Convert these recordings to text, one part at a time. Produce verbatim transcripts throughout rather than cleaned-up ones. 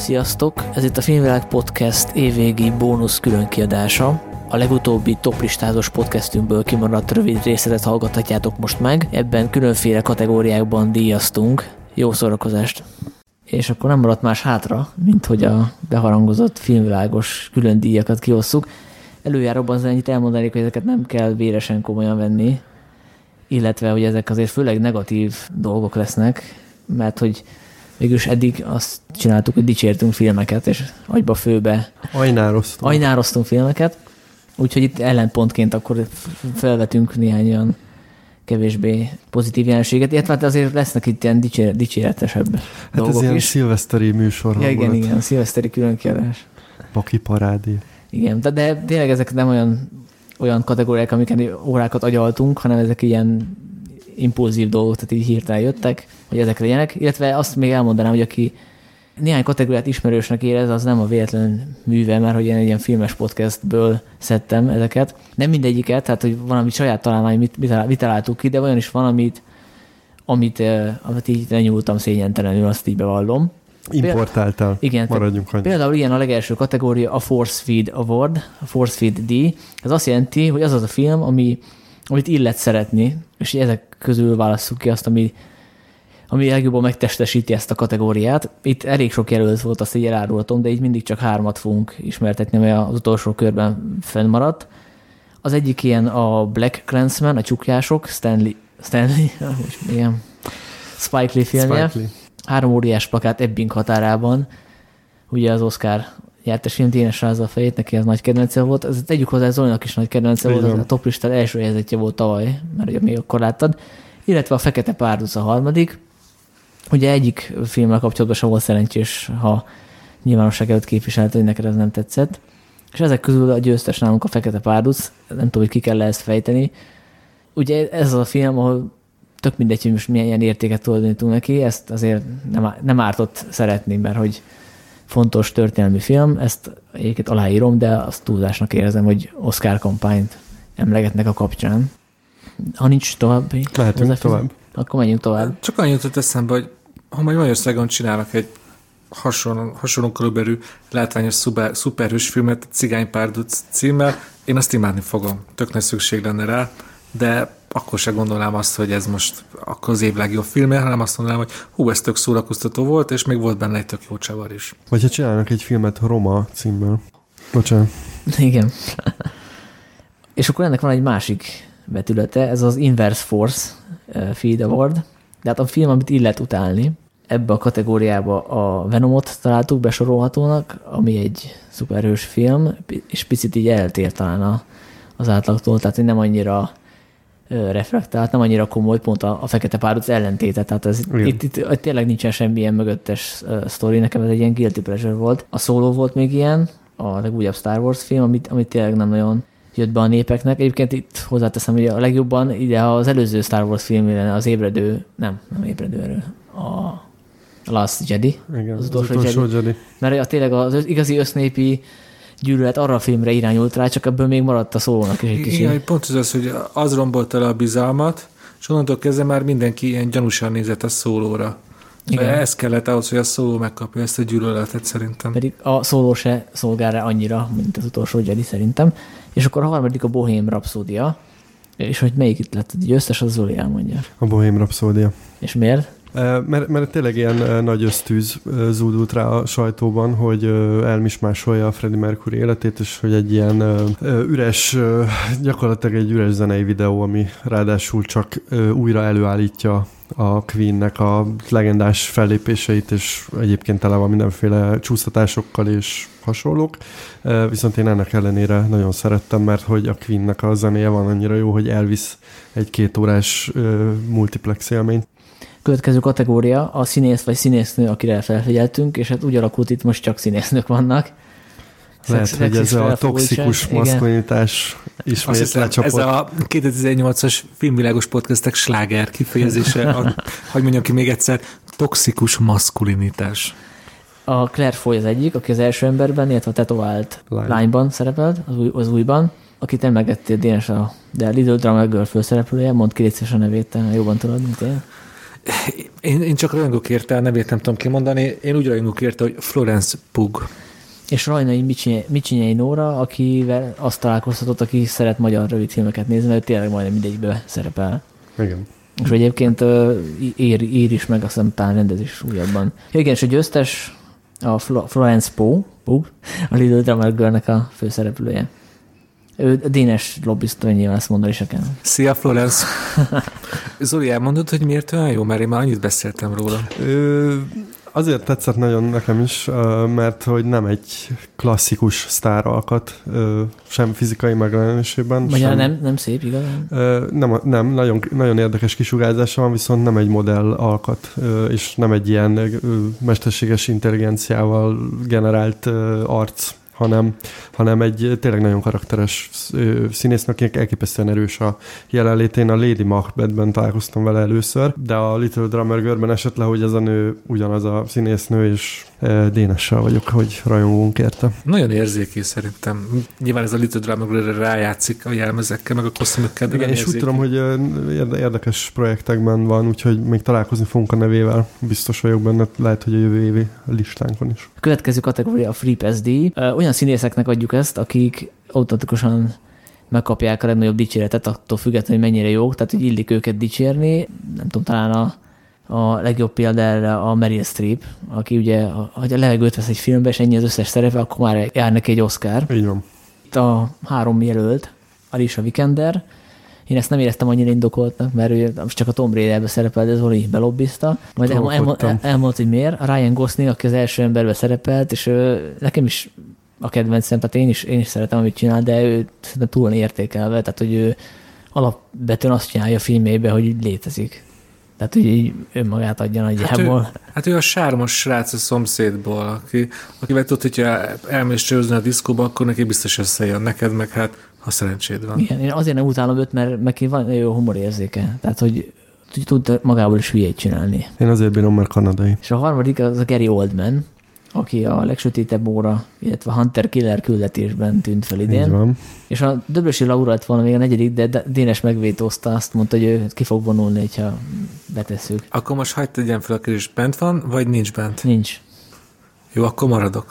Sziasztok! Ez itt a Filmvilág Podcast évvégi bónusz különkiadása. A legutóbbi toplistázós podcastünkből kimaradt rövid részletet hallgathatjátok most meg. Ebben különféle kategóriákban díjaztunk. Jó szórakozást! És akkor nem maradt más hátra, mint hogy a beharangozott filmvilágos külön díjakat kiosszuk. Előjáróban az ennyit elmondanék, hogy ezeket nem kell véresen komolyan venni, illetve hogy ezek azért főleg negatív dolgok lesznek, mert hogy végülis eddig azt csináltuk, hogy dicsértünk filmeket, és agyba főbe ajnároztunk. ajnároztunk filmeket, úgyhogy itt ellenpontként akkor felvetünk néhány olyan kevésbé pozitív jelenséget, illetve hát azért lesznek itt ilyen dicsér, dicséretesebb hát dolgok is. Hát ez ilyen szilveszteri műsor. Ja, igen, igen, szilveszteri különkiadás. Paki parádé. Igen, de, de tényleg ezek nem olyan, olyan kategóriák, amiken órákat agyaltunk, hanem ezek ilyen impulzív dolgok, tehát így hirtelen jöttek, hogy ezek legyenek, illetve azt még elmondanám, hogy aki néhány kategóriát ismerősnek érez, az nem a véletlen műve, mert hogy én egy ilyen filmes podcastből szedtem ezeket. Nem mindegyiket, tehát hogy van, amit saját találmány, mit, mit találtuk ki, de olyan is van, amit, amit, amit így lenyúltam szégyentelenül, azt így bevallom. Importáltál. Igen, maradjunk annyi. Például ilyen a legelső kategória a Force Feed Award, a Force Feed díj. Ez azt jelenti, hogy az az a film, ami, amit illet szeretni, és ezek közül válasszuk ki azt, ami, ami legjobban megtestesíti ezt a kategóriát. Itt elég sok jelölt volt, azt így elárulhatom, de így mindig csak hármat fogunk ismertetni, mert az utolsó körben fennmaradt. Az egyik ilyen a Black Klansman, a csukjások, Stanley, Stanley, igen, Spike Lee filmje. Spike Lee. Három óriás plakát Ebbing határában. Ugye az Oscar nyertes film, Dénes rázza a fejét, neki az nagy kedvence volt. Ez tegyük hozzá, Zolinak is nagy kedvence volt, az a toplistán első helyezettje volt tavaly, mert ugye még akkor láttad. Illetve a Fekete párduc a harmadik. Ugye egyik filmmel kapcsolatban sem volt szerencsés, ha nyilvánosság előtt képviselte, hogy neked ez nem tetszett. És ezek közül a győztes nálunk a Fekete párduc, nem tudom, hogy ki kell ezt fejteni. Ugye ez az a film, ahol tök mindegy, hogy most milyen értéket tulajdonítunk neki, ezt azért nem, nem ártott szeretni, mert hogy fontos történelmi film, ezt egyébként aláírom, de azt túlzásnak érzem, hogy Oscar kampányt emlegetnek a kapcsán. Ha nincs további... Mehetünk tovább. Akkor menjünk tovább. Csak annyit jutott eszembe, hogy ha majd Magyarországon csinálnak egy hasonló, hasonló körülbelül látványos szuper, szuperhős filmet, Cigánypárduc címmel, én azt imádni fogom. Tök nagy szükség lenne rá, de akkor se gondolnám azt, hogy ez most akkor az év legjobb filmje, hanem azt mondanám, hogy hú, ez tök szórakoztató volt, és még volt benne egy tök jó csavar is. Vagy ha csinálnak egy filmet Roma címmel. Bocsánat. Igen. És akkor ennek van egy másik vetülete, ez az Inverse Force Feed Award. De hát a film, amit illet utálni, ebbe a kategóriába a Venomot találtuk besorolhatónak, ami egy szuperhős film, és picit így eltér talán az átlagtól, tehát nem annyira reflektált, nem annyira komoly, pont a, a Fekete párduc ellentéte, tehát ez, itt, itt, itt tényleg nincsen semmilyen mögöttes uh, sztori, nekem ez egy ilyen guilty pleasure volt. A Solo volt még ilyen, a legújabb Star Wars film, amit, amit tényleg nem nagyon jött be a népeknek. Egyébként itt hozzáteszem, hogy a legjobban ide az előző Star Wars film lenne az ébredő, nem, nem ébredő erő, a Last Jedi. Igen, az utolsó, az utolsó Jedi. Jedi. Mert a, tényleg az igazi össznépi gyűlölet arra a filmre irányult rá, csak ebből még maradt a Szólónak is egy kicsit. Igen, pont az az, hogy az rombolt el a bizalmat, és onnantól kezdve már mindenki ilyen gyanúsan nézett a Szólóra. Igen. Ez kellett ahhoz, hogy a Szóló megkapja ezt a gyűlöletet szerintem. Pedig a Szóló se szolgál rá annyira, mint az utolsó Jedi szerintem. És akkor a harmadik a Bohém Rhapsódia. És hogy melyik itt lett egy győztes, az Zoli elmondja. A Bohém Rhapsódia. És miért? Mert, mert tényleg ilyen nagy ösztűz zúdult rá a sajtóban, hogy elmismásolja a Freddie Mercury életét, és hogy egy ilyen üres, gyakorlatilag egy üres zenei videó, ami ráadásul csak újra előállítja a Queennek a legendás fellépéseit, és egyébként tele van mindenféle csúsztatásokkal és hasonlók. Viszont én ennek ellenére nagyon szerettem, mert hogy a Queennek a zenéje van annyira jó, hogy elvisz egy két órás multiplex élményt. Következő kategória a színész vagy színésznő, akire felfigyeltünk, és hát úgy alakult, itt most csak színésznők vannak. Lehet, Szex, hogy ez a toxikus maszkulinitás ismét lecsapott. Ez a kétezer-tizennyolcas filmvilágos podcastek sláger kifejezése, a, hogy mondjam ki még egyszer, toxikus maszkulinitás. A Claire Foy az egyik, aki az első emberben, illetve a tetovált Lány. lányban szerepelt, az, új, az újban, akit emlegettél Dénes, a, de Little Drama Girl főszereplője, mondd ki létszés a nevét, te jobban tudod, mint én. Én, én csak rajongok érte, a nevét nem tudom kimondani, én úgy rajongok érte, hogy Florence Pugh. És Rajnai Micsinyei Nóra, akivel azt találkoztatott, aki szeret magyar rövidfilmeket nézni, mert tényleg majdnem mindegyikbe szerepel. Igen. És egyébként ír, ír is, meg azt hiszem talán rendez is újabban. Ja, igen, és a győztes a Florence Pugh, Pugh a Little Drummer Girl-nek a főszereplője. Ő dénes lobbista, nyilván ezt mondani se kell. Szia, Florence! Zoli, elmondod, hogy miért olyan jó? Mert én már annyit beszéltem róla. Ö, azért tetszett nagyon nekem is, mert hogy nem egy klasszikus sztáralkat, sem fizikai megjelenésében. Magyarán nem, nem szép, igazán? Nem, nem nagyon, nagyon érdekes kisugárzása van, viszont nem egy modell alkat, és nem egy ilyen mesterséges intelligenciával generált arc, hanem, hanem egy tényleg nagyon karakteres színésznő, akinek elképesztően erős a jelenlétén. A Lady Macbethben találkoztam vele először, de a Little Drummer Girl-ben esett le, hogy ez a nő ugyanaz a színésznő, és Dénessel vagyok, hogy rajongunk érte. Nagyon érzékű szerintem. Nyilván ez a Little Drummer Girl-re rájátszik a jelmezekkel, meg a kosztümökkel. Igen, és úgy tudom, hogy érdekes projektekben van, úgyhogy még találkozni fogunk a nevével. Biztos vagyok benne, lehet, hogy a jövő évi listánkon is. A következő kategória a Free Pass díj. Olyan színészeknek adjuk ezt, akik automatikusan megkapják a legnagyobb dicséretet, attól függetlenül, hogy mennyire jók, tehát hogy illik őket dicsérni. Nem tudom, talán a, a legjobb példa erre a Meryl Streep, aki ugye, ha a levegőt vesz egy filmbe, és ennyi az összes szerepe, akkor már jár neki egy Oscar. Így van. Itt a három jelölt, Alicia Vikander, én ezt nem éreztem annyira indokoltnak, mert ő csak a Tomb Raiderbe szerepelt, de Zoli belobbizta. Majd elmond, elmond, elmondta, hogy miért. A Ryan Gosling, aki az első emberbe szerepelt, és ő, nekem is a kedvencem, tehát én is, én is szeretem, amit csinál, de ő szerintem túl van értékelve, tehát hogy ő alapvetően azt csinálja a filmjében, hogy létezik. Tehát, hogy így önmagát adja nagyjából. Hát ő, hát ő a sármos srác a szomszédból, aki, akivel tudod, hogyha elmész csőzni a diszkóba, akkor neki biztos összejön neked, meg hát ha szerencséd van. Igen, én azért nem utálom őt, mert neki van jó humorérzéke. Tehát, hogy tud magából is hülyét csinálni. Én azért bírom, mert kanadai. És a harmadik az a Gary Oldman, aki a Legsötétebb óra, illetve Hunter Killer küldetésben tűnt fel idén. Így van. És a Döblösi Laura lett volna még a negyedik, de Dénes megvétózta, azt mondta, hogy ő ki fog vonulni, hogyha betesszük. Akkor most hagyd tegyen fel a kérdés, bent van, vagy nincs bent? Nincs. Jó, akkor maradok.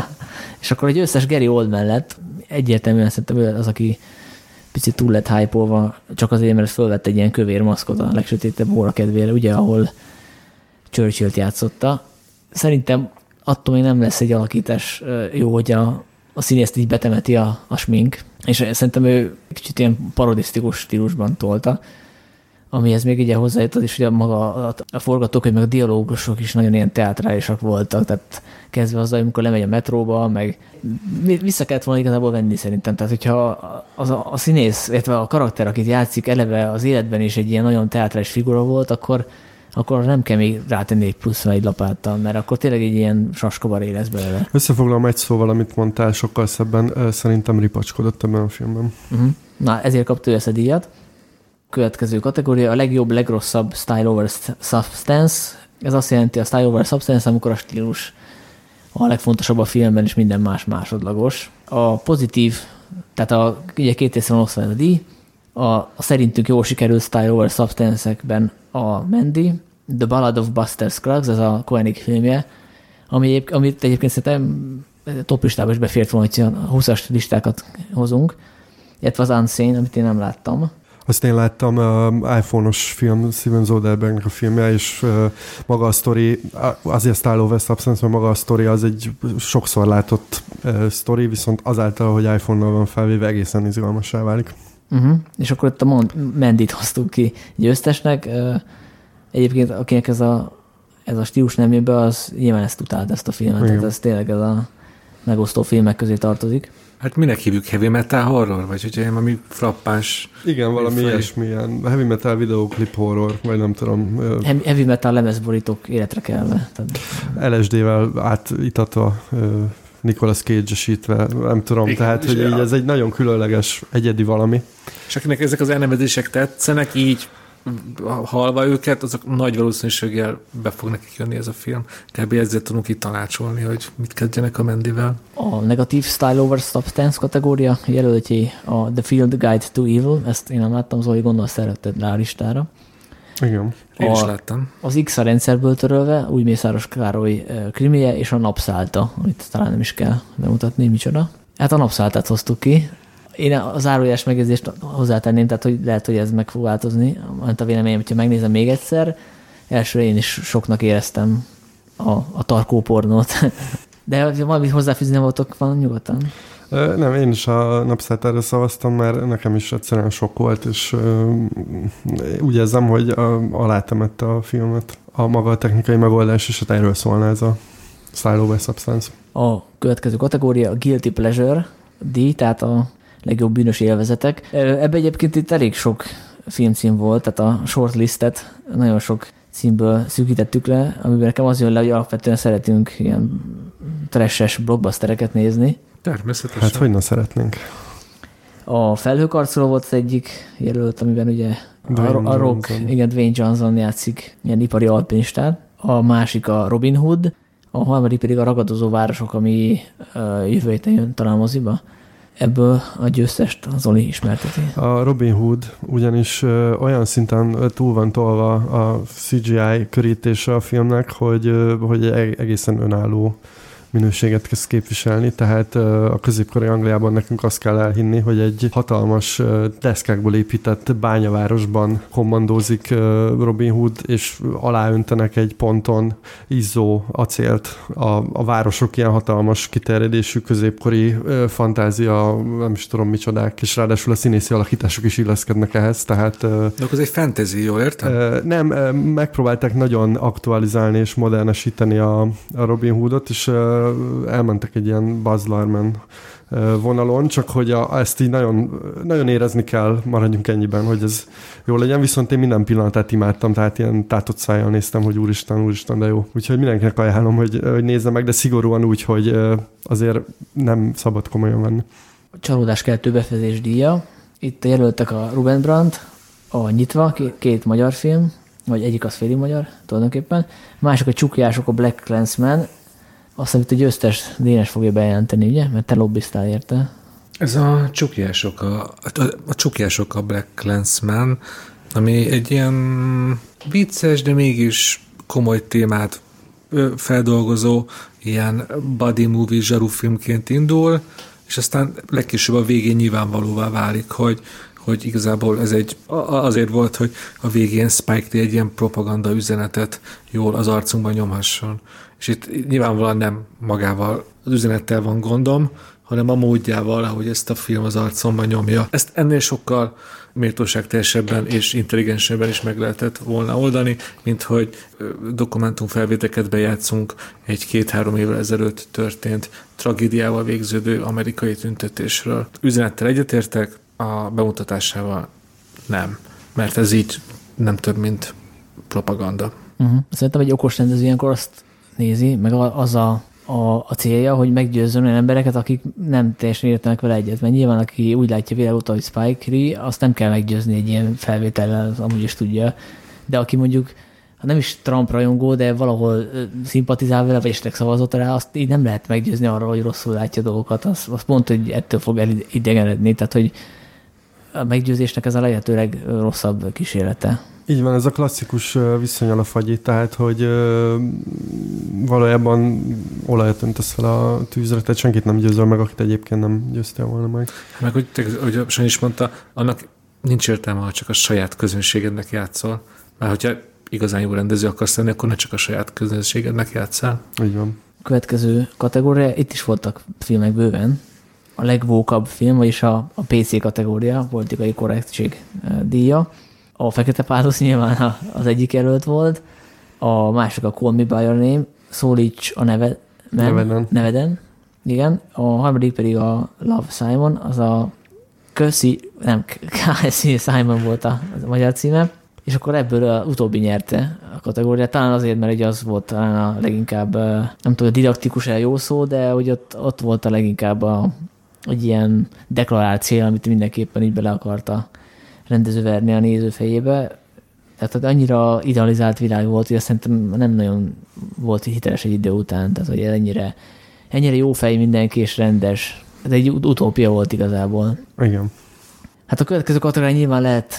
És akkor egy összes Gary Oldman lett, egyértelműen szerintem ő az, aki picit túl lett hype-olva, csak azért, mert fölvett egy ilyen kövér maszkot a Legsötétebb óra kedvére, ugye, ahol Churchillt játszotta. Szerintem attól még nem lesz egy alakítás jó, hogy a, a színészt így betemeti a, a smink, és szerintem ő kicsit ilyen parodisztikus stílusban tolta, amihez még ugye hozzájutott, és ugye maga a, a forgatókönyv, meg a dialógusok is nagyon ilyen teátrálisak voltak, tehát kezdve azzal, amikor lemegy a metróba, meg vissza kellett volna igazából venni szerintem, tehát hogyha az a, a színész, illetve a karakter, akit játszik, eleve az életben is egy ilyen nagyon teátrális figura volt, akkor akkor nem kell még rátenni egy plusz egy lapáttal, mert akkor tényleg egy ilyen saskabaré lesz belőle. Összefoglalom egy szóval, amit mondtál, sokkal szebben, szerintem ripacskodott ebben a filmben. Uh-huh. Na, ezért kapta ő ezt a díjat. Következő kategória, a legjobb, legrosszabb Style over Substance. Ez azt jelenti a Style over Substance, amikor a stílus a legfontosabb a filmben, és minden más másodlagos. A pozitív, tehát a, ugye két részre van osztva ez a díj, a, a szerintünk jól sikerült Style over Substance-ekben a Mandy, The Ballad of Buster Scruggs, ez a Koenig filmje, ami, amit egyébként szerintem top listába is befért volna, hogy a húszas listákat hozunk, illetve az Unsane, amit én nem láttam. Azt én láttam, uh, iPhone-os film, Steven Soderberghnek a filmje, és uh, maga a sztori, azért Style over Substance, mert maga a sztori az egy sokszor látott uh, sztori, viszont azáltal, hogy iPhone-nal van felvéve, egészen izgalmassá válik. Uh-huh. És akkor itt a Mandyt hoztuk ki győztesnek. Egyébként akinek ez a, ez a stílus nem jön be, az nyilván ezt utált, ezt a filmet. Igen. Tehát ez tényleg ez a megosztó filmek közé tartozik. Hát minek hívjuk, heavy metal horror? Vagy hogyha ilyen valami frappáns... Igen, valami ilyesmilyen heavy metal videóklip horror, vagy nem tudom. Heavy metal lemezborítók életre kelve. Tehát... el es dé-vel átitatva, Nicolas Cage-esítve, nem tudom, igen, tehát, hogy így ez egy nagyon különleges, egyedi valami. És akinek ezek az elnevezések tetszenek, így halva őket, azok nagy valószínűséggel be fog nekik jönni ez a film. Kb. Ezzel tudunk itt tanácsolni, hogy mit kezdjenek a Mandyvel. A negatív Style over Substance kategória jelöltjé a The Field Guide to Evil, ezt én nem láttam, Zoli, gondolom szeretted rá a listára. Igen. Én is A, láttam. az X a rendszerből törölve, új Mészáros Károly krimije, és a Napszálta, amit talán nem is kell bemutatni, micsoda. Hát a Napszáltát hoztuk ki. Én a zárójeles megjegyzést hozzátenném, tehát hogy lehet, hogy ez meg fog változni. Mert a véleményem, hogyha megnézem még egyszer, elsőre én is soknak éreztem a, a tarkó pornót. De ha valamit hozzáfűzni voltok, van nyugodtan? Nem, én is a Napszáltára szavaztam, mert nekem is egyszerűen sok volt, és úgy érzem, hogy alátemette a filmet. A maga a technikai megoldás, és hát erről szólna ez a Silo by Substance. A következő kategória a Guilty Pleasure díj, tehát a legjobb bűnös élvezetek. Ebben egyébként itt elég sok filmcím volt, tehát a shortlistet nagyon sok címből szűkítettük le, amiben nekem az jön le, hogy alapvetően szeretünk ilyen trash-es blockbustereket nézni. Természetesen. Hát hogyne szeretnénk. A Felhőkarcoló volt az egyik jelölt, amiben ugye Dwayne a, a Rock, Johnson. igen, Dwayne Johnson játszik ilyen ipari alpinistát. A másik a Robin Hood, a harmadik pedig a Ragadozó városok, ami uh, jövő héten jön talán moziba. Ebből a győztest az Zoli ismerteti. A Robin Hood ugyanis ö, olyan szinten túl van tolva a cé gé í körítése a filmnek, hogy, ö, hogy egészen önálló minőséget kezd képviselni, tehát a középkori Angliában nekünk azt kell elhinni, hogy egy hatalmas deszkákból épített bányavárosban kommandózik Robin Hood, és aláöntenek egy ponton izzó acélt. A, a városok ilyen hatalmas kiterjedésű középkori fantázia, nem is tudom micsodák, és ráadásul a színészi alakítások is illeszkednek ehhez, tehát... De akkor ez egy fantasy, jól értem? Nem, megpróbálták nagyon aktualizálni és modernesíteni a, a Robin Hoodot, és elmentek egy ilyen Baz Luhrmann vonalon, csak hogy a, ezt így nagyon, nagyon érezni kell, maradjunk ennyiben, hogy ez jó legyen, viszont én minden pillanatát imádtam, tehát ilyen tátott szájjal néztem, hogy úristen, úristen, de jó. Úgyhogy mindenkinek ajánlom, hogy, hogy nézze meg, de szigorúan úgy, hogy azért nem szabad komolyan venni. A Csalódáskeltő befejezés díja. Itt jelöltek a Ruben Brandt, a Nyitva, két, két magyar film, vagy egyik az félig magyar, tulajdonképpen. Másik a Csukjások, a Black Clansman. Azt hiszem, hogy a győztes Dénes fogja bejelenteni, ugye? Mert te lobbiztál érte. Ez a Csukjások, a, a, a Csukjások a Black Clansman, ami egy ilyen vicces, de mégis komoly témát feldolgozó, ilyen buddy movie zsarufilmként indul, és aztán legkésőbb a végén nyilvánvalóvá válik, hogy, hogy igazából ez egy, azért volt, hogy a végén Spike Lee egy ilyen propaganda üzenetet jól az arcunkban nyomhasson. És itt nyilvánvalóan nem magával az üzenettel van gondom, hanem a módjával, ahogy ezt a film az arcomban nyomja. Ezt ennél sokkal méltóságteljesebben és intelligensebben is meg lehetett volna oldani, mint hogy dokumentumfelvéteket bejátszunk egy két-három évvel ezelőtt történt tragédiával végződő amerikai tüntetésről. Üzenettel egyetértek, a bemutatásával nem, mert ez így nem több, mint propaganda. Uh-huh. Szerintem egy okos rendező ilyenkor azt nézi, meg az a, a, a célja, hogy meggyőzzön olyan embereket, akik nem teljesen értenek vele egyet. Mert nyilván, aki úgy látja világ óta, hogy Spike Lee, azt nem kell meggyőzni egy ilyen felvétellel, amúgy is tudja. De aki mondjuk nem is Trump rajongó, de valahol szimpatizál vele, vagy esetleg szavazott rá, azt így nem lehet meggyőzni arról, hogy rosszul látja dolgokat. Azt, azt mondta, hogy ettől fog elidegenedni. Tehát, hogy a meggyőzésnek ez a lehetőleg rosszabb kísérlete. Így van, ez a klasszikus viszonyal a fagyi, tehát, hogy valójában olajat öntesz fel a tűzre, tehát senkit nem győzöl meg, akit egyébként nem győztél volna meg. Meg, hogy, hogy Sanyi is mondta, annak nincs értelme, ha csak a saját közönségednek játszol. Mert hogyha igazán jó rendező akarsz lenni, akkor ne csak a saját közönségednek játszál. Így van. A következő kategória, itt is voltak filmek bőven. A legvókabb film, vagyis a, a pé cé kategória, a politikai korrektség díja. A Fekete Páros nyilván az egyik jelölt volt, a másik a Call Me By Your Name, Szólíts a neved, neveden. neveden, igen, a harmadik pedig a Love Simon, az a Köszi, nem, ká es i Simon volt a, a magyar címe, és akkor ebből az utóbbi nyerte a kategóriát, talán azért, mert ugye az volt talán a leginkább, nem tudom, a didaktikus el jó szó, de hogy ott, ott volt a leginkább a, egy ilyen deklarált cél, amit mindenképpen így bele akarta rendező verni a néző fejébe. Tehát annyira idealizált világ volt, hogy azt szerintem nem nagyon volt hiteles egy idő után. Tehát, hogy ennyire, ennyire jó fej mindenki és rendes. Ez egy utópia volt igazából. Igen. Hát a következő kategórián nyilván lehet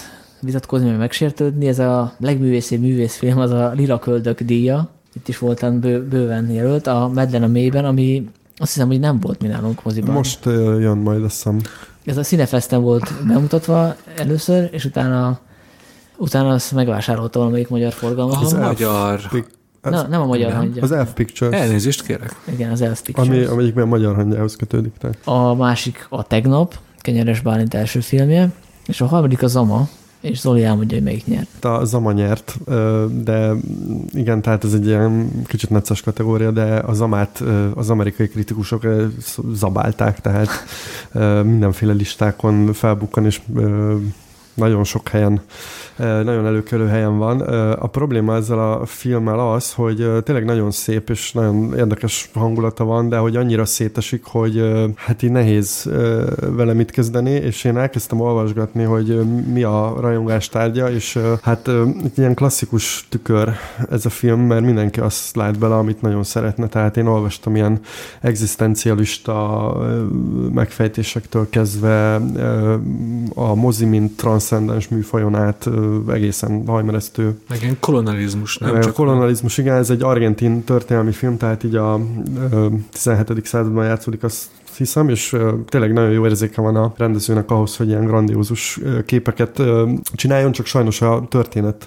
vitatkozni, vagy megsértődni. Ez a legművészibb művészfilm, az a Lila Köldök díja. Itt is voltam bő, bőven jelölt. A Medlen a mélyben, ami azt hiszem, hogy nem volt mi nálunk moziban. Most uh, jön majd, azt hiszem. Ez a Cinefesten volt bemutatva először, és utána, utána azt megvásárolta valamelyik magyar forgalmat. Az magyar... Na, nem a magyar hangja. Az Elf Pictures. Elnézést kérek. Igen, az Elf Pictures. Ami, amelyikben a magyar hangjához kötődik. Tehát. A másik a Tegnap, Kenyeres Bálint első filmje, és a harmadik a Zama, és Zoli elmondja, hogy melyik nyert. A Zama nyert, de igen, tehát ez egy ilyen kicsit necces kategória, de a Zamát az amerikai kritikusok zabálták, tehát mindenféle listákon felbukkan, és nagyon sok helyen, nagyon előkelő helyen van. A probléma ezzel a filmmel az, hogy tényleg nagyon szép és nagyon érdekes hangulata van, de hogy annyira szétesik, hogy hát így nehéz vele mit kezdeni, és én elkezdtem olvasgatni, hogy mi a rajongás tárgya, és hát ilyen klasszikus tükör ez a film, mert mindenki azt lát bele, amit nagyon szeretne. Tehát én olvastam ilyen egzisztencialista megfejtésektől kezdve a mozi, mint transzcendens műfajon át egészen hajmeresztő. Meg ilyen kolonializmus, nem? Csak kolonializmus, igen, ez egy argentin történelmi film, tehát így a tizenhetedik században játszódik, azt hiszem, és tényleg nagyon jó érzéke van a rendezőnek ahhoz, hogy ilyen grandiózus képeket csináljon, csak sajnos a történet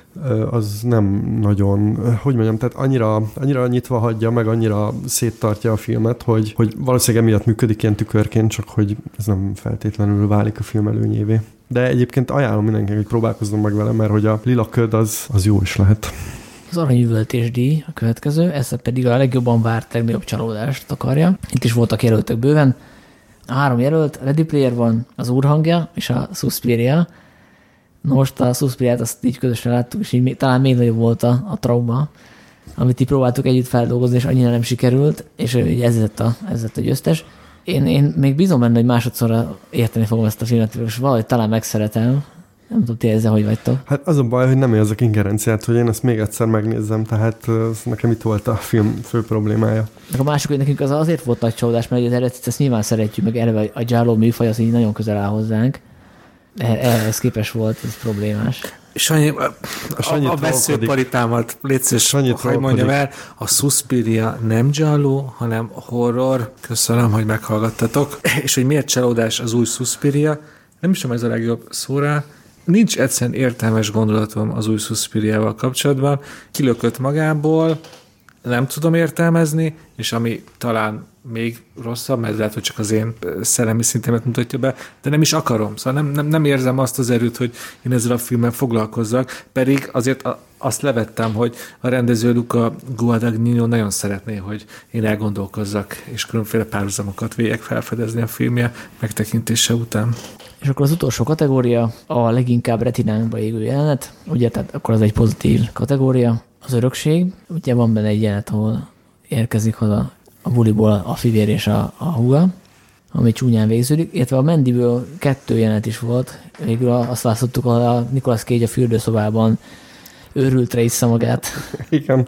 az nem nagyon, hogy mondjam, tehát annyira, annyira nyitva hagyja, meg annyira széttartja a filmet, hogy, hogy valószínűleg emiatt működik ilyen tükörként, csak hogy ez nem feltétlenül válik a film előnyévé. De egyébként ajánlom mindenkinek, hogy próbálkozzon meg vele, mert hogy a Lila Köd az, az jó is lehet. Az Aranyüvöltés díj a következő, ez pedig a legjobban várt, legnagyobb csalódást akarja. Itt is voltak jelöltek bőven. A három jelölt, Ready Player van, az Úrhangja és a Suspiria. Na most a Suspiriát azt így közösen láttuk, és így még, talán még nagyobb volt a, a trauma, amit így próbáltuk együtt feldolgozni, és annyira nem sikerült, és ez lett a, ez lett a győztes. Én, én még bízom benne, hogy másodszorra érteni fogom ezt a filmet, és valahogy talán megszeretem. Nem tudom, ti ezzel hogy vagytok? Hát az a baj, hogy nem érzek ingerenciát, hogy én ezt még egyszer megnézzem, tehát nekem itt volt a film fő problémája. A másik, hogy nekünk az azért volt nagy csalódás, mert az eredetit ezt nyilván szeretjük, meg eleve a giallo műfaj az így nagyon közel áll hozzánk. Ehhez képes volt, ez problémás. Sanyi, a, a, a veszőparitámat létszés, hogy mondjam el, a Suspiria nem giallo, hanem horror. Köszönöm, hogy meghallgattatok. És hogy miért csalódás az új Suspiria? Nem is tudom, ez a legjobb szó rá. Nincs egyszerűen értelmes gondolatom az új Suspiriával kapcsolatban. Kilökött magából, nem tudom értelmezni, és ami talán még rosszabb, mert lehet, hogy csak az én szellemi szintemet mutatja be, de nem is akarom. Szóval nem, nem, nem érzem azt az erőt, hogy én ezzel a filmmel foglalkozzak, pedig azért a, azt levettem, hogy a rendező Luca Guadagnino nagyon szeretné, hogy én elgondolkozzak, és különféle párhuzamokat véljek felfedezni a filmje megtekintése után. És akkor az utolsó kategória a leginkább retinánkba égő jelenet, ugye, tehát akkor az egy pozitív kategória, az örökség. Ugye van benne egy jelenet, ahol érkezik haza a buliból a fivér és a, a húga, ami csúnyán végződik, illetve a Mandyből kettő jelenet is volt. Végül azt választottuk, ahol a Nicolas Cage a fürdőszobában őrültre issza magát. Igen.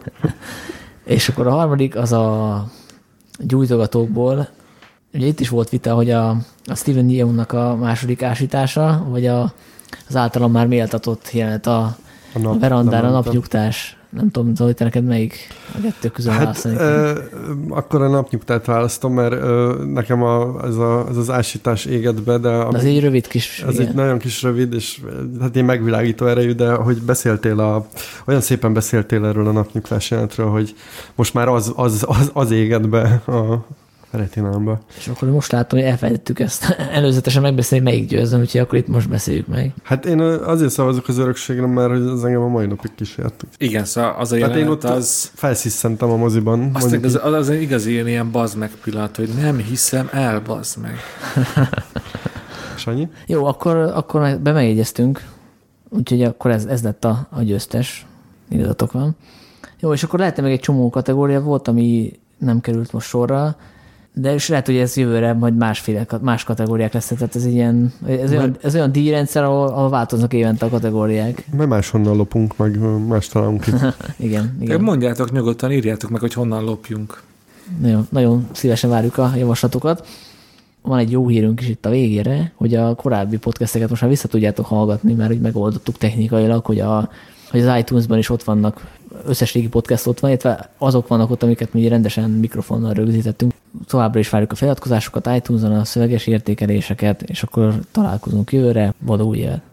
És akkor a harmadik az a gyújtogatókból. Ugye itt is volt vita, hogy a, a Steven Yeun-nak a második ásítása, vagy a, az általam már méltatott jelenet a, a, nap, a verandán, a napnyugtás. Nem tudom, hogy te neked melyik a kettő közül hát, választani. Ö, akkor a napnyugtát választom, mert ö, nekem a, ez, a, ez az ásítás éget be, de... A, de az egy rövid kis... Ez igen. Egy nagyon kis rövid, és hát én megvilágító erejű, de hogy beszéltél a... Olyan szépen beszéltél erről a napnyugtás jelentről, hogy most már az, az, az, az éget be a retinámba. És akkor most látom, hogy elfelejtettük ezt előzetesen megbeszélni, melyik győzön, úgyhogy akkor itt most beszéljük meg. Hát én azért szavazok az örökségre, mert az engem a mai napig kísért. Igen, szóval az a jelenet, hát én ott az... felszisszentem a moziban. Azt az, az, az igazi ilyen, ilyen bazd meg pillanat, hogy nem hiszem el, bazd meg. Sanyi? Jó, akkor, akkor be megjegyeztünk, úgyhogy akkor ez, ez lett a, a győztes. Igazatok van. Jó, és akkor lehetne meg egy csomó kategória volt, ami nem került most sorra, de és lehet, hogy ez jövőre majd másféle, más kategóriák lesz, tehát ez, ilyen, ez, olyan, ez olyan díjrendszer, ahol, ahol változnak évente a kategóriák. Mert máshonnan lopunk, meg más találunk itt. igen, igen. Mondjátok nyugodtan, írjátok meg, hogy honnan lopjunk. Nagyon, nagyon szívesen várjuk a javaslatokat. van egy jó hírünk is itt a végére, hogy a korábbi podcasteket most már vissza tudjátok hallgatni, mert úgy megoldottuk technikailag, hogy, a, hogy az iTunes-ban is ott vannak, összes régi podcast ott van, illetve azok vannak ott, amiket mi rendesen mikrofonnal rögzítettünk. Továbbra is várjuk a feliratkozásokat iTunes-on, a szöveges értékeléseket, és akkor találkozunk jövőre. Boldog új évet!